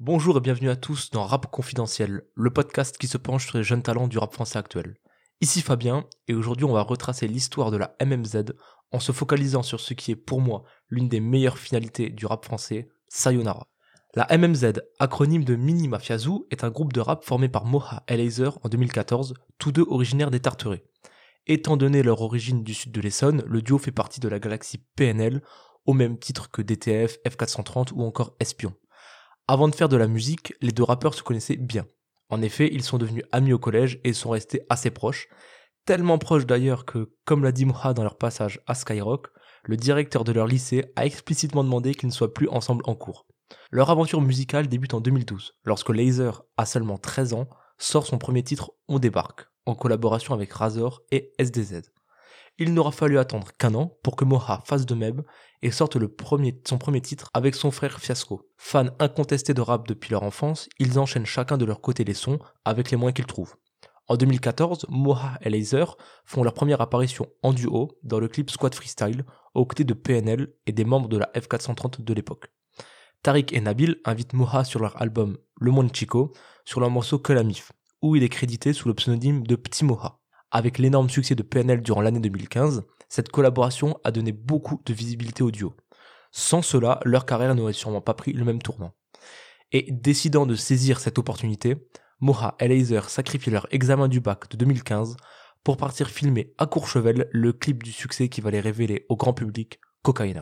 Bonjour et bienvenue à tous dans Rap Confidentiel, le podcast qui se penche sur les jeunes talents du rap français actuel. Ici Fabien, et aujourd'hui on va retracer l'histoire de la MMZ en se focalisant sur ce qui est pour moi l'une des meilleures finalités du rap français, Sayonara. La MMZ, acronyme de Mini Mafia Zoo, est un groupe de rap formé par Moha et Laser en 2014, tous deux originaires des Tarterets. Étant donné leur origine du sud de l'Essonne, le duo fait partie de la galaxie PNL, au même titre que DTF, F430 ou encore Espion. Avant de faire de la musique, les deux rappeurs se connaissaient bien. En effet, ils sont devenus amis au collège et sont restés assez proches, tellement proches d'ailleurs que, comme l'a dit Moha dans leur passage à Skyrock, le directeur de leur lycée a explicitement demandé qu'ils ne soient plus ensemble en cours. Leur aventure musicale débute en 2012, lorsque Laser, à seulement 13 ans, sort son premier titre On débarque, en collaboration avec Razor et SDZ. Il n'aura fallu attendre qu'un an pour que Moha fasse de même et sorte son premier titre avec son frère Fiasco. Fans incontestés de rap depuis leur enfance, ils enchaînent chacun de leur côté les sons avec les moyens qu'ils trouvent. En 2014, Moha et Laser font leur première apparition en duo dans le clip Squad Freestyle aux côtés de PNL et des membres de la F430 de l'époque. Tariq et Nabil invitent Moha sur leur album Le Monde Chico sur leur morceau Que la Mif, où il est crédité sous le pseudonyme de Petit Moha. Avec l'énorme succès de PNL durant l'année 2015, cette collaboration a donné beaucoup de visibilité au duo. Sans cela, leur carrière n'aurait sûrement pas pris le même tournant. Et décidant de saisir cette opportunité, Moha et Laser sacrifient leur examen du bac de 2015 pour partir filmer à Courchevel le clip du succès qui va les révéler au grand public, Cocaïna.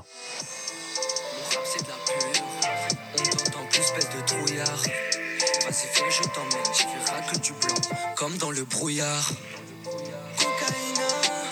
Vas-y viens je t'emmène, j'y verrai que du blanc, comme dans le brouillard. Cocaïna,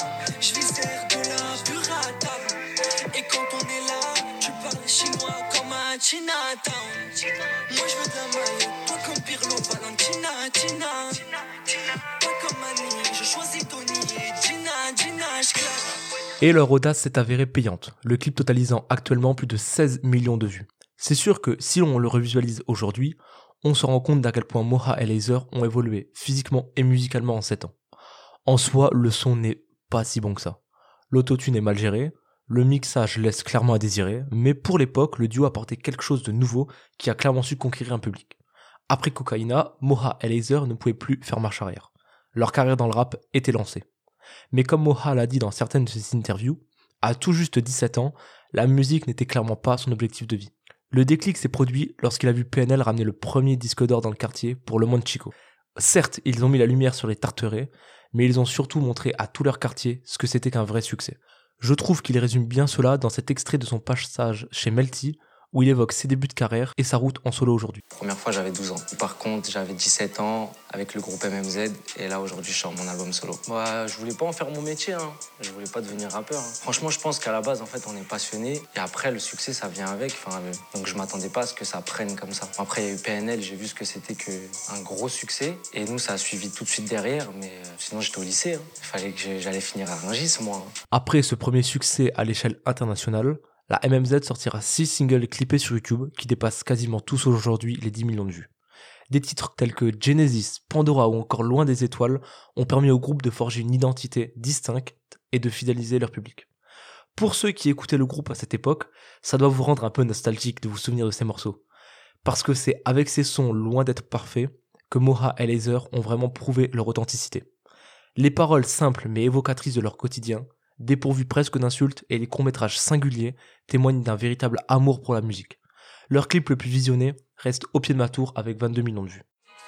je vis serre de la pure à table. Et quand on est là, tu parles chinois comme à Chinatown. Moi je veux de la maille, toi comme Pirlo, Valentina, Tina. Toi comme Annie, je choisis Tony et Gina, j'claque. Et leur audace s'est avérée payante, le clip totalisant actuellement plus de 16 millions de vues. C'est sûr que si on le revisualise aujourd'hui, on se rend compte d'à quel point Moha et Laser ont évolué physiquement et musicalement en 7 ans. En soi, le son n'est pas si bon que ça. L'autotune est mal géré, le mixage laisse clairement à désirer, mais pour l'époque, le duo apportait quelque chose de nouveau qui a clairement su conquérir un public. Après Cocaïna, Moha et Laser ne pouvaient plus faire marche arrière. Leur carrière dans le rap était lancée. Mais comme Moha l'a dit dans certaines de ses interviews, à tout juste 17 ans, la musique n'était clairement pas son objectif de vie. Le déclic s'est produit lorsqu'il a vu PNL ramener le premier disque d'or dans le quartier pour Le Monde Chico. Certes, ils ont mis la lumière sur les Tarterets, mais ils ont surtout montré à tout leur quartier ce que c'était qu'un vrai succès. Je trouve qu'il résume bien cela dans cet extrait de son passage chez Melty, où il évoque ses débuts de carrière et sa route en solo aujourd'hui. Première fois, j'avais 12 ans. Par contre, j'avais 17 ans avec le groupe MMZ. Et là, aujourd'hui, je sors mon album solo. Moi, je voulais pas en faire mon métier. Je voulais pas devenir rappeur. Franchement, je pense qu'à la base, en fait, on est passionné. Et après, le succès, ça vient avec. Donc, je m'attendais pas à ce que ça prenne comme ça. Après, il y a eu PNL. J'ai vu ce que c'était qu'un gros succès. Et nous, ça a suivi tout de suite derrière. Mais sinon, j'étais au lycée. Il fallait que j'allais finir à Rungis, moi. Après ce premier succès à l'échelle internationale, la MMZ sortira 6 singles clippés sur YouTube qui dépassent quasiment tous aujourd'hui les 10 millions de vues. Des titres tels que Genesis, Pandora ou encore Loin des étoiles ont permis au groupe de forger une identité distincte et de fidéliser leur public. Pour ceux qui écoutaient le groupe à cette époque, ça doit vous rendre un peu nostalgique de vous souvenir de ces morceaux. Parce que c'est avec ces sons loin d'être parfaits que Moha et Laser ont vraiment prouvé leur authenticité. Les paroles simples mais évocatrices de leur quotidien, dépourvus presque d'insultes et les courts-métrages singuliers témoignent d'un véritable amour pour la musique. Leur clip le plus visionné reste Au pied de ma tour avec 22 millions de vues.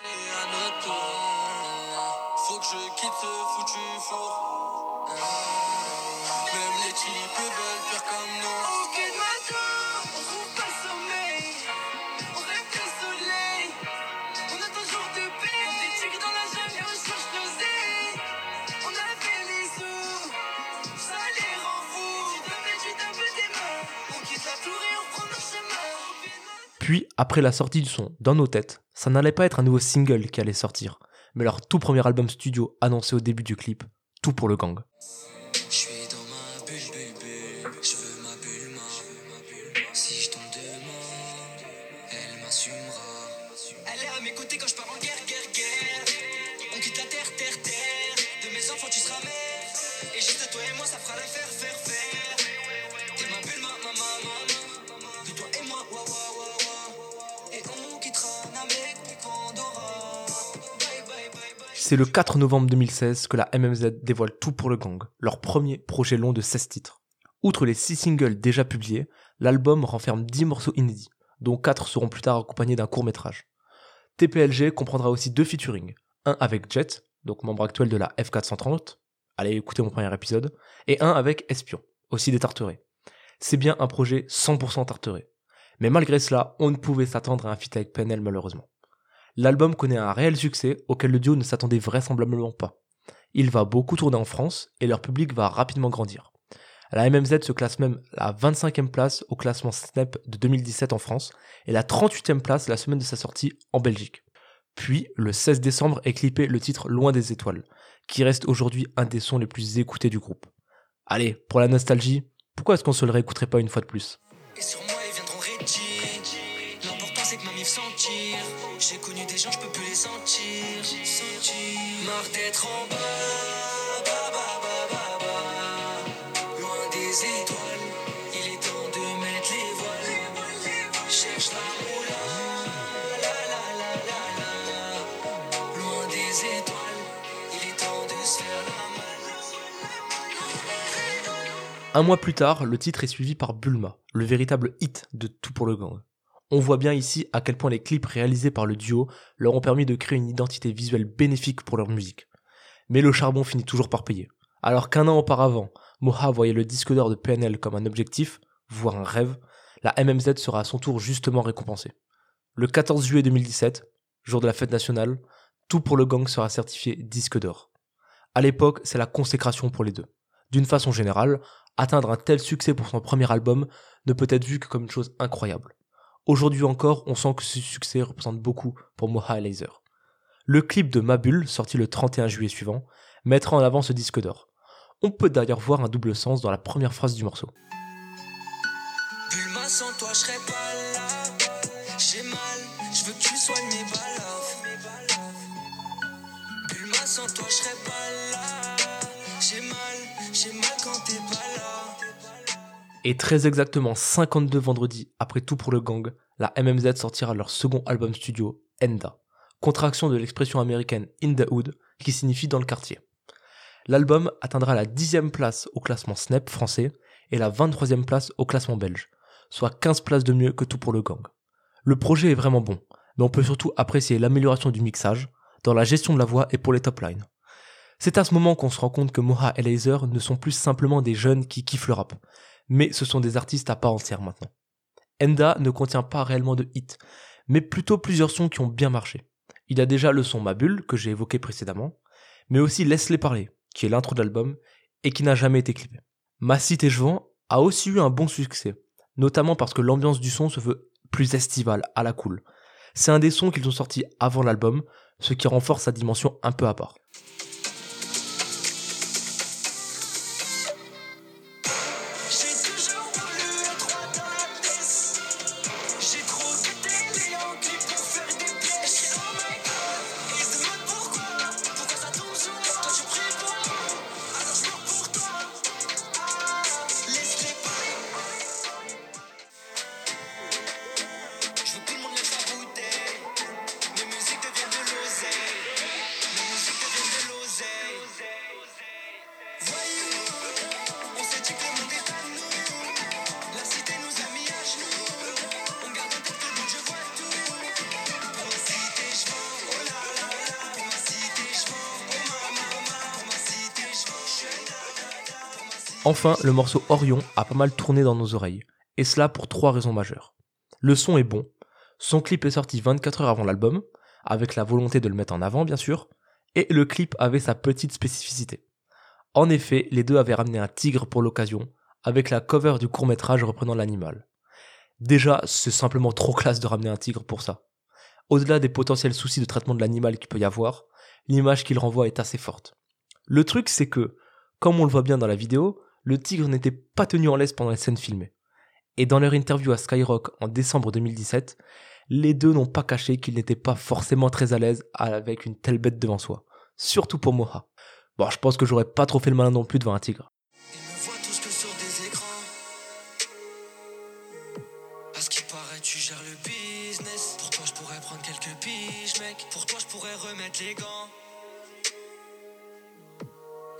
Faut que je quitte ce foutu four. Même les types veulent faire comme nous. Au pied de ma tour, on trouve pas le sommeil. On rêve du soleil. On a toujours de paix. Des tigres dans la jungle et on cherche l'oseille. On a fait les sous, ça les rend fous. Tu d'un peu tes mains. On quitte la tour et on prend notre chemin. Puis, après la sortie du son Dans nos têtes, ça n'allait pas être un nouveau single qui allait sortir, mais leur tout premier album studio annoncé au début du clip, Tout pour le gang. Je suis dans ma bulle, bébé. Je veux ma bulle, ma. Si je t'en demande, elle m'assumera. Elle est à mes côtés quand je pars en guerre. On quitte la terre. De mes enfants, tu seras mère. Et juste toi et moi, ça fera l'affaire, faire. T'es ma bulle, ma. De toi et moi, wa. Et on quittera. C'est le 4 novembre 2016 que la MMZ dévoile Tout pour le gang, leur premier projet long de 16 titres. Outre les 6 singles déjà publiés, l'album renferme 10 morceaux inédits, dont 4 seront plus tard accompagnés d'un court-métrage. TPLG comprendra aussi 2 featuring, un avec Jet, donc membre actuel de la F430, allez écouter mon premier épisode, et un avec Espion, aussi des Tarterets. C'est bien un projet 100% Tarterets. Mais malgré cela, on ne pouvait s'attendre à un feat avec PNL malheureusement. L'album connaît un réel succès auquel le duo ne s'attendait vraisemblablement pas. Il va beaucoup tourner en France et leur public va rapidement grandir. La MMZ se classe même à la 25e place au classement Snap de 2017 en France et la 38e place la semaine de sa sortie en Belgique. Puis, le 16 décembre est clippé le titre Loin des étoiles, qui reste aujourd'hui un des sons les plus écoutés du groupe. Allez, pour la nostalgie, pourquoi est-ce qu'on se le réécouterait pas une fois de plus ? Et sur moi ils viendront réagir. L'important c'est que ma mif s'en tire. J'ai connu des gens, je peux plus les sentir. Marre d'être en bas, bas, bas, bas, bas, bas. Loin des étoiles, il est temps de mettre les voiles. Cherche la moula, la la la la la. Loin des étoiles, il est temps de se faire la malle. Un mois plus tard, le titre est suivi par Bulma, le véritable hit de Tout pour le gang. On voit bien ici à quel point les clips réalisés par le duo leur ont permis de créer une identité visuelle bénéfique pour leur musique. Mais le charbon finit toujours par payer. Alors qu'un an auparavant, Moha voyait le disque d'or de PNL comme un objectif, voire un rêve, la MMZ sera à son tour justement récompensée. Le 14 juillet 2017, jour de la fête nationale, Tout pour le gang sera certifié disque d'or. À l'époque, c'est la consécration pour les deux. D'une façon générale, atteindre un tel succès pour son premier album ne peut être vu que comme une chose incroyable. Aujourd'hui encore, on sent que ce succès représente beaucoup pour Moha et Laser. Le clip de Ma Bulle, sorti le 31 juillet suivant, mettra en avant ce disque d'or. On peut d'ailleurs voir un double sens dans la première phrase du morceau. Bulma, sans toi, je serais pas là. J'ai mal, je veux que tu soignes mes balafres. Bulma, sans toi, je serais pas là. J'ai mal quand t'es pas là. Et très exactement 52 vendredis après Tout pour le gang, la MMZ sortira leur second album studio, Enda, contraction de l'expression américaine In the Hood, qui signifie dans le quartier. L'album atteindra la 10e place au classement Snap français et la 23e place au classement belge, soit 15 places de mieux que Tout pour le gang. Le projet est vraiment bon, mais on peut surtout apprécier l'amélioration du mixage, dans la gestion de la voix et pour les top lines. C'est à ce moment qu'on se rend compte que Moha et Laser ne sont plus simplement des jeunes qui kiffent le rap, mais ce sont des artistes à part entière maintenant. Enda ne contient pas réellement de hits, mais plutôt plusieurs sons qui ont bien marché. Il y a déjà le son Ma Bulle, que j'ai évoqué précédemment, mais aussi Laisse-les parler, qui est l'intro de l'album, et qui n'a jamais été clippé. Ma Cité je vends a aussi eu un bon succès, notamment parce que l'ambiance du son se veut plus estivale, à la cool. C'est un des sons qu'ils ont sortis avant l'album, ce qui renforce sa dimension un peu à part. J'ai toujours voulu être roi dans la pièce. J'ai trop de télé en clip pour faire des pièces. Oh my god, ils se demandent pourquoi ça tombe sur moi. Toi tu pries pour moi, alors je meurs pour toi. Laisse-les parler. Je veux que tout le monde lève sa bouteille. Mes musiques deviennent de l'oseille. Mes musiques deviennent de l'oseille. Voyou, on s'est dit que le monde est à nous. La cité nous a mis à genoux. On garde en tête que donc je vois tout. Pour ma cité je vends, oh là là là. Pour ma cité je vends, oh mama. Pour ma cité je vends, pour ma cité. Enfin, le morceau Orion a pas mal tourné dans nos oreilles, et cela pour 3 raisons majeures. Le son est bon, son clip est sorti 24 heures avant l'album, avec la volonté de le mettre en avant bien sûr, et le clip avait sa petite spécificité. En effet, les deux avaient ramené un tigre pour l'occasion, avec la cover du court-métrage reprenant l'animal. Déjà, c'est simplement trop classe de ramener un tigre pour ça. Au-delà des potentiels soucis de traitement de l'animal qu'il peut y avoir, l'image qu'il renvoie est assez forte. Le truc c'est que, comme on le voit bien dans la vidéo, le tigre n'était pas tenu en laisse pendant les scènes filmées. Et dans leur interview à Skyrock en décembre 2017, les deux n'ont pas caché qu'ils n'étaient pas forcément très à l'aise avec une telle bête devant soi. Surtout pour Moha. Bon, je pense que j'aurais pas trop fait le malin non plus devant un tigre. Ils me voient tous que sur des écrans. À ce qui paraît, tu gères le business. Pour toi, je pourrais prendre quelques piges, mec. Pour toi, je pourrais remettre les gants.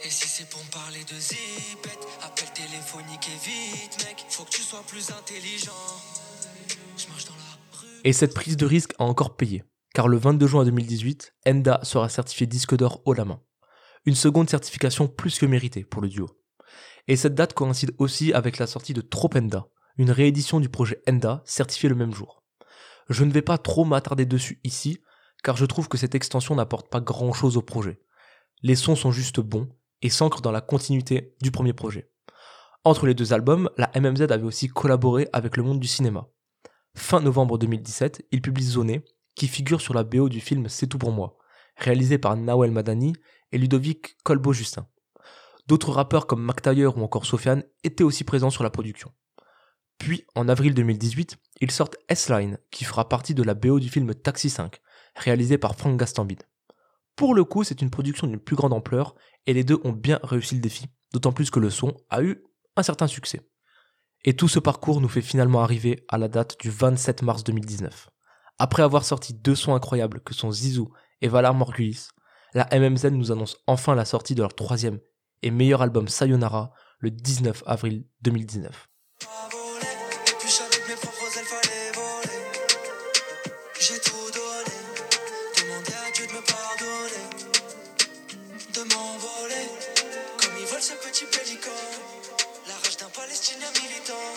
Et si c'est pour me parler de zipette, appel téléphonique et vite mec, faut que tu sois plus intelligent. Je marche dans la rue. Et cette prise de risque a encore payé, car le 22 juin 2018, Enda sera certifié disque d'or haut la main. Une seconde certification plus que méritée pour le duo. Et cette date coïncide aussi avec la sortie de Trop Enda, une réédition du projet Enda certifiée le même jour. Je ne vais pas trop m'attarder dessus ici, car je trouve que cette extension n'apporte pas grand chose au projet. Les sons sont juste bons et s'ancrent dans la continuité du premier projet. Entre les deux albums, la MMZ avait aussi collaboré avec le monde du cinéma. Fin novembre 2017, il publie Zoné, qui figure sur la BO du film C'est tout pour moi, réalisé par Nawel Madani et Ludovic Colbeau-Justin. D'autres rappeurs comme Mac Taylor ou encore Sofiane étaient aussi présents sur la production. Puis, en avril 2018, ils sortent S-Line, qui fera partie de la BO du film Taxi 5, réalisé par Frank Gastambide. Pour le coup, c'est une production d'une plus grande ampleur, et les deux ont bien réussi le défi, d'autant plus que le son a eu un certain succès. Et tout ce parcours nous fait finalement arriver à la date du 27 mars 2019. Après avoir sorti deux sons incroyables que sont Zizou et Valar Morgulis, la MMZ nous annonce enfin la sortie de leur troisième et meilleur album Sayonara le 19 avril 2019. Et puis avec mes propres ailes fallait voler. J'ai tout donné. Demandé à Dieu de me pardonner, de m'envoler. Comme ils volent ce petit pélican. La rage d'un Palestinien militant.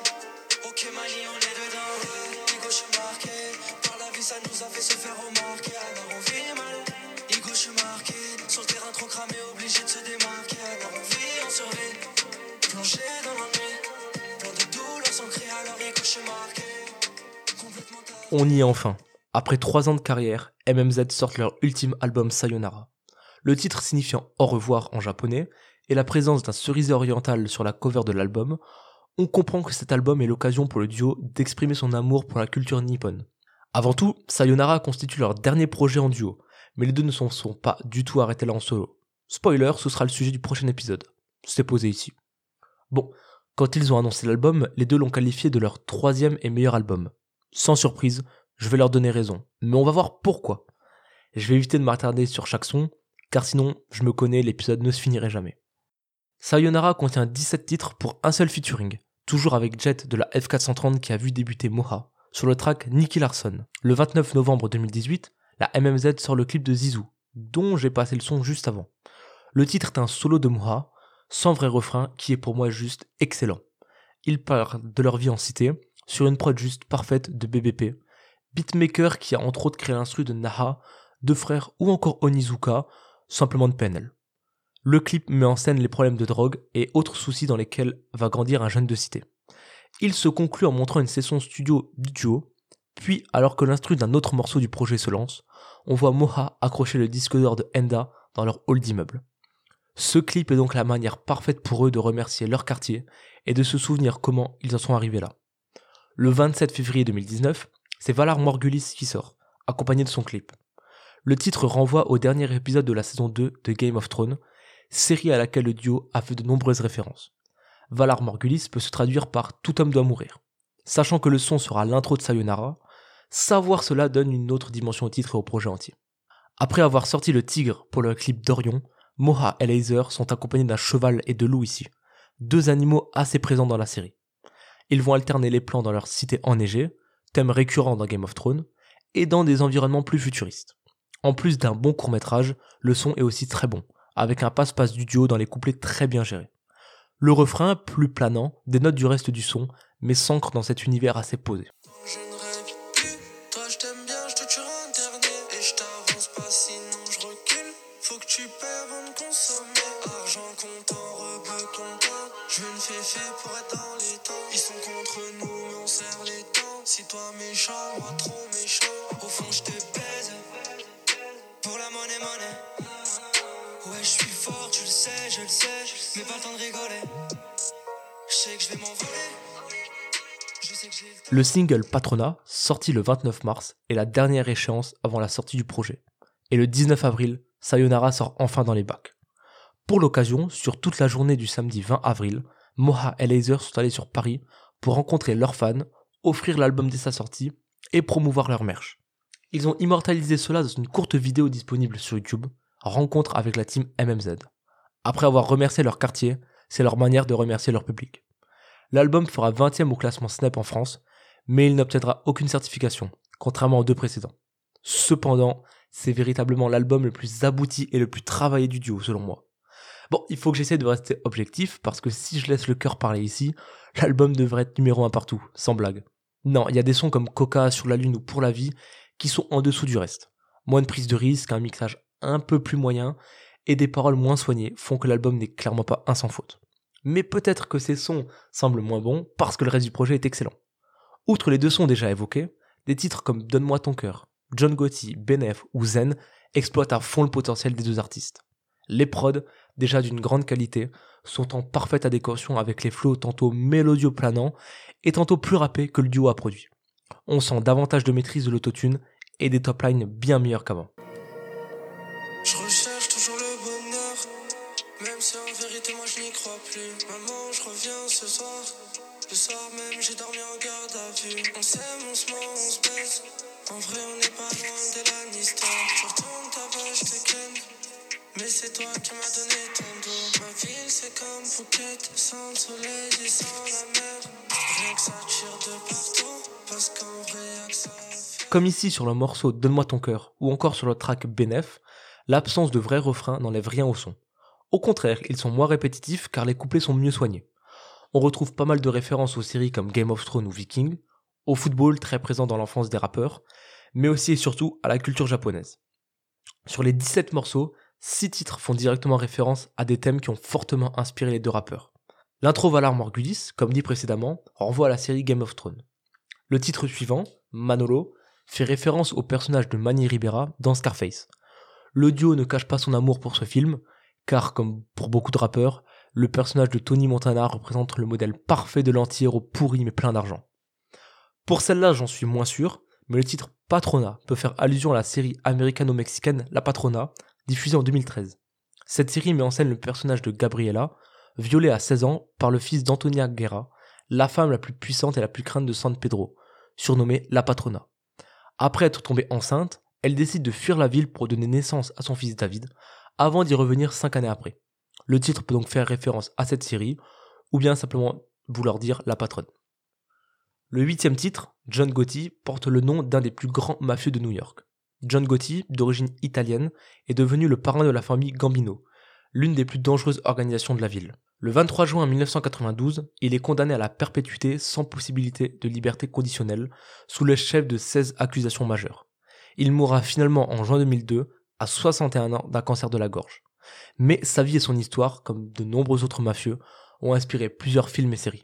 Ok Mali on est dedans. Les gauches marquées. Par la vie ça nous a fait se faire remarquer. Alors on vit mal. Les gauches marquées. Sur le terrain trop cramé obligé de se démarquer. Alors on vit, on survit. Plongé dans l'ennui. Plein de douleurs sans cri alors les gauches marquées. Complètement On y est enfin. Après 3 ans de carrière, MMZ sortent leur ultime album Sayonara. Le titre signifiant au revoir en japonais et la présence d'un cerisier oriental sur la cover de l'album, on comprend que cet album est l'occasion pour le duo d'exprimer son amour pour la culture nippone. Avant tout, Sayonara constitue leur dernier projet en duo, mais les deux ne sont pas du tout arrêtés là en solo. Spoiler, ce sera le sujet du prochain épisode. C'est posé ici. Bon, quand ils ont annoncé l'album, les deux l'ont qualifié de leur troisième et meilleur album. Sans surprise, je vais leur donner raison, mais on va voir pourquoi. Je vais éviter de m'attarder sur chaque son, car sinon, je me connais, l'épisode ne se finirait jamais. Sayonara contient 17 titres pour un seul featuring, toujours avec Jet de la F430 qui a vu débuter Moha, sur le track Nicky Larson. Le 29 novembre 2018, la MMZ sort le clip de Zizou, dont j'ai passé le son juste avant. Le titre est un solo de Moha, sans vrai refrain, qui est pour moi juste excellent. Ils parlent de leur vie en cité, sur une prod juste parfaite de BBP, beatmaker qui a entre autres créé l'instru de Naha, Deux Frères ou encore Onizuka, simplement de PNL. Le clip met en scène les problèmes de drogue et autres soucis dans lesquels va grandir un jeune de cité. Il se conclut en montrant une session studio du duo, puis alors que l'instru d'un autre morceau du projet se lance, on voit Moha accrocher le disque d'or de Enda dans leur hall d'immeuble. Ce clip est donc la manière parfaite pour eux de remercier leur quartier et de se souvenir comment ils en sont arrivés là. Le 27 février 2019, c'est Valar Morgulis qui sort, accompagné de son clip. Le titre renvoie au dernier épisode de la saison 2 de Game of Thrones, série à laquelle le duo a fait de nombreuses références. Valar Morgulis peut se traduire par « Tout homme doit mourir ». Sachant que le son sera l'intro de Sayonara, savoir cela donne une autre dimension au titre et au projet entier. Après avoir sorti le tigre pour le clip d'Orion, Moha et Laser sont accompagnés d'un cheval et de loup ici, deux animaux assez présents dans la série. Ils vont alterner les plans dans leur cité enneigée, thème récurrent dans Game of Thrones, et dans des environnements plus futuristes. En plus d'un bon court-métrage, le son est aussi très bon, avec un passe-passe du duo dans les couplets très bien gérés. Le refrain, plus planant, dénote du reste du son, mais s'ancre dans cet univers assez posé. Je ne rêve plus, toi je t'aime bien, je te tuerai internet. Et je t'avance pas sinon je recule. Faut que tu paies avant de consommer. Argent comptant, rebeu comptant. Je veux une féfé pour être dans les temps. Ils sont contre nous mais on serre les dents. Si toi méchant, moi trop méchant. Au fond je te baise. Pour la monnaie. Ouais je suis fort, tu le sais, je le sais. Mais pas le temps de rigoler. Je sais que je vais m'envoler. Le single Patrona, sorti le 29 mars, est la dernière échéance avant la sortie du projet. Et le 19 avril, Sayonara sort enfin dans les bacs. Pour l'occasion, sur toute la journée du samedi 20 avril, Moha et Laser sont allés sur Paris pour rencontrer leurs fans, offrir l'album dès sa sortie et promouvoir leur merch. Ils ont immortalisé cela dans une courte vidéo disponible sur YouTube, rencontre avec la team MMZ. Après avoir remercié leur quartier, c'est leur manière de remercier leur public. L'album fera 20e au classement Snap en France, mais il n'obtiendra aucune certification, contrairement aux deux précédents. Cependant, c'est véritablement l'album le plus abouti et le plus travaillé du duo selon moi. Bon, il faut que j'essaie de rester objectif, parce que si je laisse le cœur parler ici, l'album devrait être numéro 1 partout, sans blague. Non, il y a des sons comme Coca, Sur la Lune ou Pour la Vie qui sont en dessous du reste. Moins de prise de risque, un mixage un peu plus moyen et des paroles moins soignées font que l'album n'est clairement pas un sans faute. Mais peut-être que ces sons semblent moins bons parce que le reste du projet est excellent. Outre les deux sons déjà évoqués, des titres comme Donne-moi ton cœur, John Gotti, Benef ou Zen exploitent à fond le potentiel des deux artistes. Les prods, déjà d'une grande qualité, sont en parfaite adéquation avec les flows tantôt mélodieux planants et tantôt plus rappés que le duo a produit. On sent davantage de maîtrise de l'autotune et des top lines bien meilleurs qu'avant. Je recherche toujours le bonheur, même si en vérité moi je n'y crois plus. Maman, je reviens ce soir. Le soir même j'ai dormi en garde à vue. On s'aime, on se ment, on se baise. En vrai on n'est pas loin de Lannister. Je retourne ta vache, t'es ken. Mais c'est toi qui m'as donné ton dos. Ma ville c'est comme Phuket, sans le soleil et sans la mer. Rien que ça tire de partout, parce qu'en vrai y'a que ça à faire. Comme ici sur le morceau Donne-moi ton cœur ou encore sur le track Benef, l'absence de vrais refrains n'enlève rien au son. Au contraire, ils sont moins répétitifs car les couplets sont mieux soignés. On retrouve pas mal de références aux séries comme Game of Thrones ou Viking, au football très présent dans l'enfance des rappeurs, mais aussi et surtout à la culture japonaise. Sur les 17 morceaux, 6 titres font directement référence à des thèmes qui ont fortement inspiré les deux rappeurs. L'intro Valar Morghulis, comme dit précédemment, renvoie à la série Game of Thrones. Le titre suivant, Manolo, fait référence au personnage de Manny Ribera dans Scarface. Le duo ne cache pas son amour pour ce film, car comme pour beaucoup de rappeurs, le personnage de Tony Montana représente le modèle parfait de l'anti-héros pourri mais plein d'argent. Pour celle-là, j'en suis moins sûr, mais le titre Patrona peut faire allusion à la série américano-mexicaine La Patrona, diffusée en 2013. Cette série met en scène le personnage de Gabriela, violée à 16 ans par le fils d'Antonia Guerra, la femme la plus puissante et la plus crainte de San Pedro, surnommée La Patrona. Après être tombée enceinte, elle décide de fuir la ville pour donner naissance à son fils David, avant d'y revenir 5 années après. Le titre peut donc faire référence à cette série, ou bien simplement vouloir dire la patronne. Le 8e titre, John Gotti, porte le nom d'un des plus grands mafieux de New York. John Gotti, d'origine italienne, est devenu le parrain de la famille Gambino, l'une des plus dangereuses organisations de la ville. Le 23 juin 1992, il est condamné à la perpétuité sans possibilité de liberté conditionnelle, sous le chef de 16 accusations majeures. Il mourra finalement en juin 2002, à 61 ans d'un cancer de la gorge. Mais sa vie et son histoire, comme de nombreux autres mafieux, ont inspiré plusieurs films et séries.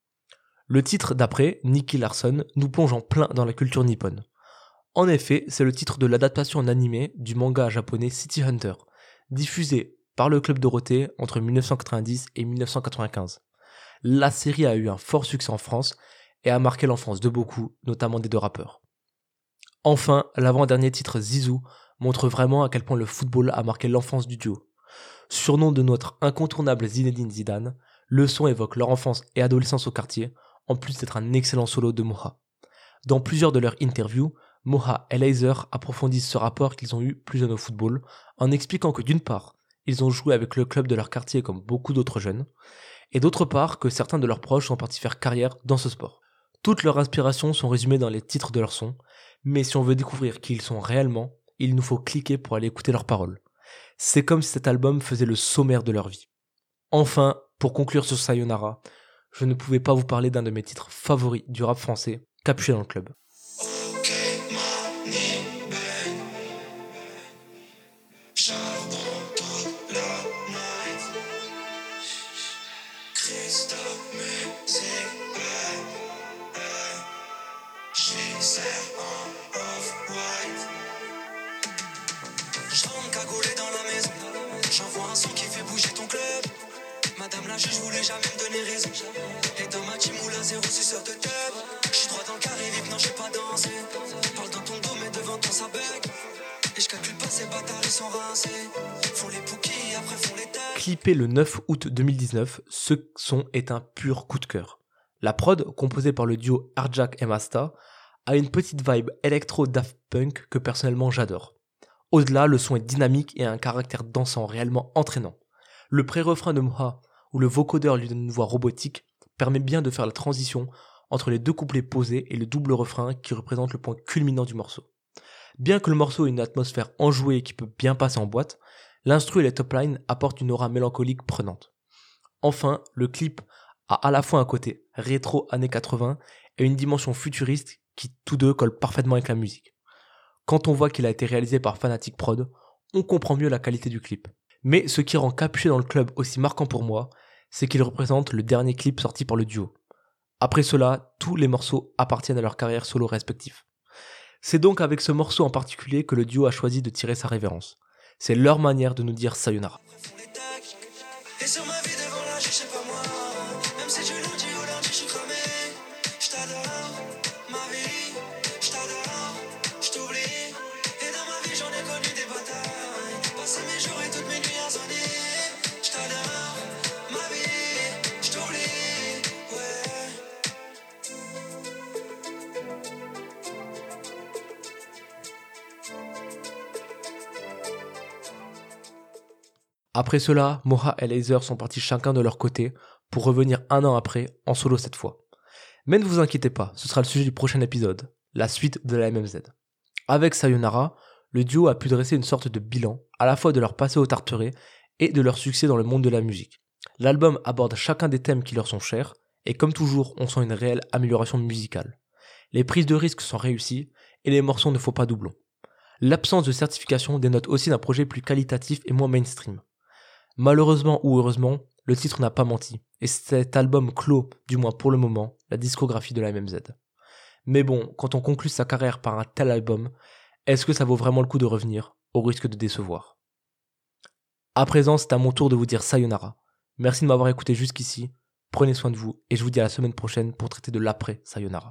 Le titre d'après, Nicky Larson, nous plonge en plein dans la culture nippone. En effet, c'est le titre de l'adaptation en animé du manga japonais City Hunter, diffusé par le Club Dorothée entre 1990 et 1995. La série a eu un fort succès en France et a marqué l'enfance de beaucoup, notamment des deux rappeurs. Enfin, l'avant-dernier titre Zizou montre vraiment à quel point le football a marqué l'enfance du duo. Surnom de notre incontournable Zinedine Zidane, le son évoque leur enfance et adolescence au quartier, en plus d'être un excellent solo de Moha. Dans plusieurs de leurs interviews, Moha et Laser approfondissent ce rapport qu'ils ont eu plus jeunes au football, en expliquant que d'une part, ils ont joué avec le club de leur quartier comme beaucoup d'autres jeunes, et d'autre part que certains de leurs proches sont partis faire carrière dans ce sport. Toutes leurs inspirations sont résumées dans les titres de leurs sons, mais si on veut découvrir qui ils sont réellement, il nous faut cliquer pour aller écouter leurs paroles. C'est comme si cet album faisait le sommaire de leur vie. Enfin, pour conclure sur Sayonara, je ne pouvais pas vous parler d'un de mes titres favoris du rap français, Capuché dans le club. Ok, money, ben. Charbon toute la night. Christophe, musique, j'y sers en off-white. J'rentre cagoulé dans la maison. J'envoie un son qui fait bouger ton club. Madame la juge voulait jamais me donner raison. Et dans ma team moule à 0 suceur de club. J'suis droit dans le carré vif, non j'sais pas danser. Parle dans ton dos mais devant toi ça bug. Et j'calcule pas ces bâtards ils sont rincés. Font les bouquilles après font les têtes. Clippé le 9 août 2019, ce son est un pur coup de cœur. La prod, composée par le duo Arjak et Masta, a une petite vibe électro Daft Punk que personnellement j'adore. Au-delà, le son est dynamique et a un caractère dansant réellement entraînant. Le pré-refrain de Moha, où le vocodeur lui donne une voix robotique, permet bien de faire la transition entre les deux couplets posés et le double refrain qui représente le point culminant du morceau. Bien que le morceau ait une atmosphère enjouée qui peut bien passer en boîte, l'instru et les top lines apportent une aura mélancolique prenante. Enfin, le clip a à la fois un côté rétro années 80 et une dimension futuriste qui tous deux collent parfaitement avec la musique. Quand on voit qu'il a été réalisé par Fanatic Prod, on comprend mieux la qualité du clip. Mais ce qui rend Capuché dans le club aussi marquant pour moi, c'est qu'il représente le dernier clip sorti par le duo. Après cela, tous les morceaux appartiennent à leur carrière solo respective. C'est donc avec ce morceau en particulier que le duo a choisi de tirer sa révérence. C'est leur manière de nous dire sayonara. Et sur ma vie devant là, je sais pas moi. Même si du lundi au lundi, je suis cramé. Je t'adore, ma vie. Je t'adore, je t'oublie. Et dans ma vie, j'en ai connu des batailles. Passer mes jours et toutes mes nuits à zoner. Je t'adore, ma vie. Je t'oublie, ouais. Après cela, Moha et Laser sont partis chacun de leur côté pour revenir un an après, en solo cette fois. Mais ne vous inquiétez pas, ce sera le sujet du prochain épisode, la suite de la MMZ. Avec Sayonara, le duo a pu dresser une sorte de bilan, à la fois de leur passé au Tarteret et de leur succès dans le monde de la musique. L'album aborde chacun des thèmes qui leur sont chers, et comme toujours, on sent une réelle amélioration musicale. Les prises de risques sont réussies, et les morceaux ne font pas doublon. L'absence de certification dénote aussi d'un projet plus qualitatif et moins mainstream. Malheureusement ou heureusement, le titre n'a pas menti, et cet album clôt, du moins pour le moment, la discographie de la MMZ. Mais bon, quand on conclut sa carrière par un tel album, est-ce que ça vaut vraiment le coup de revenir, au risque de décevoir ? À présent, c'est à mon tour de vous dire sayonara. Merci de m'avoir écouté jusqu'ici, prenez soin de vous, et je vous dis à la semaine prochaine pour traiter de l'après sayonara.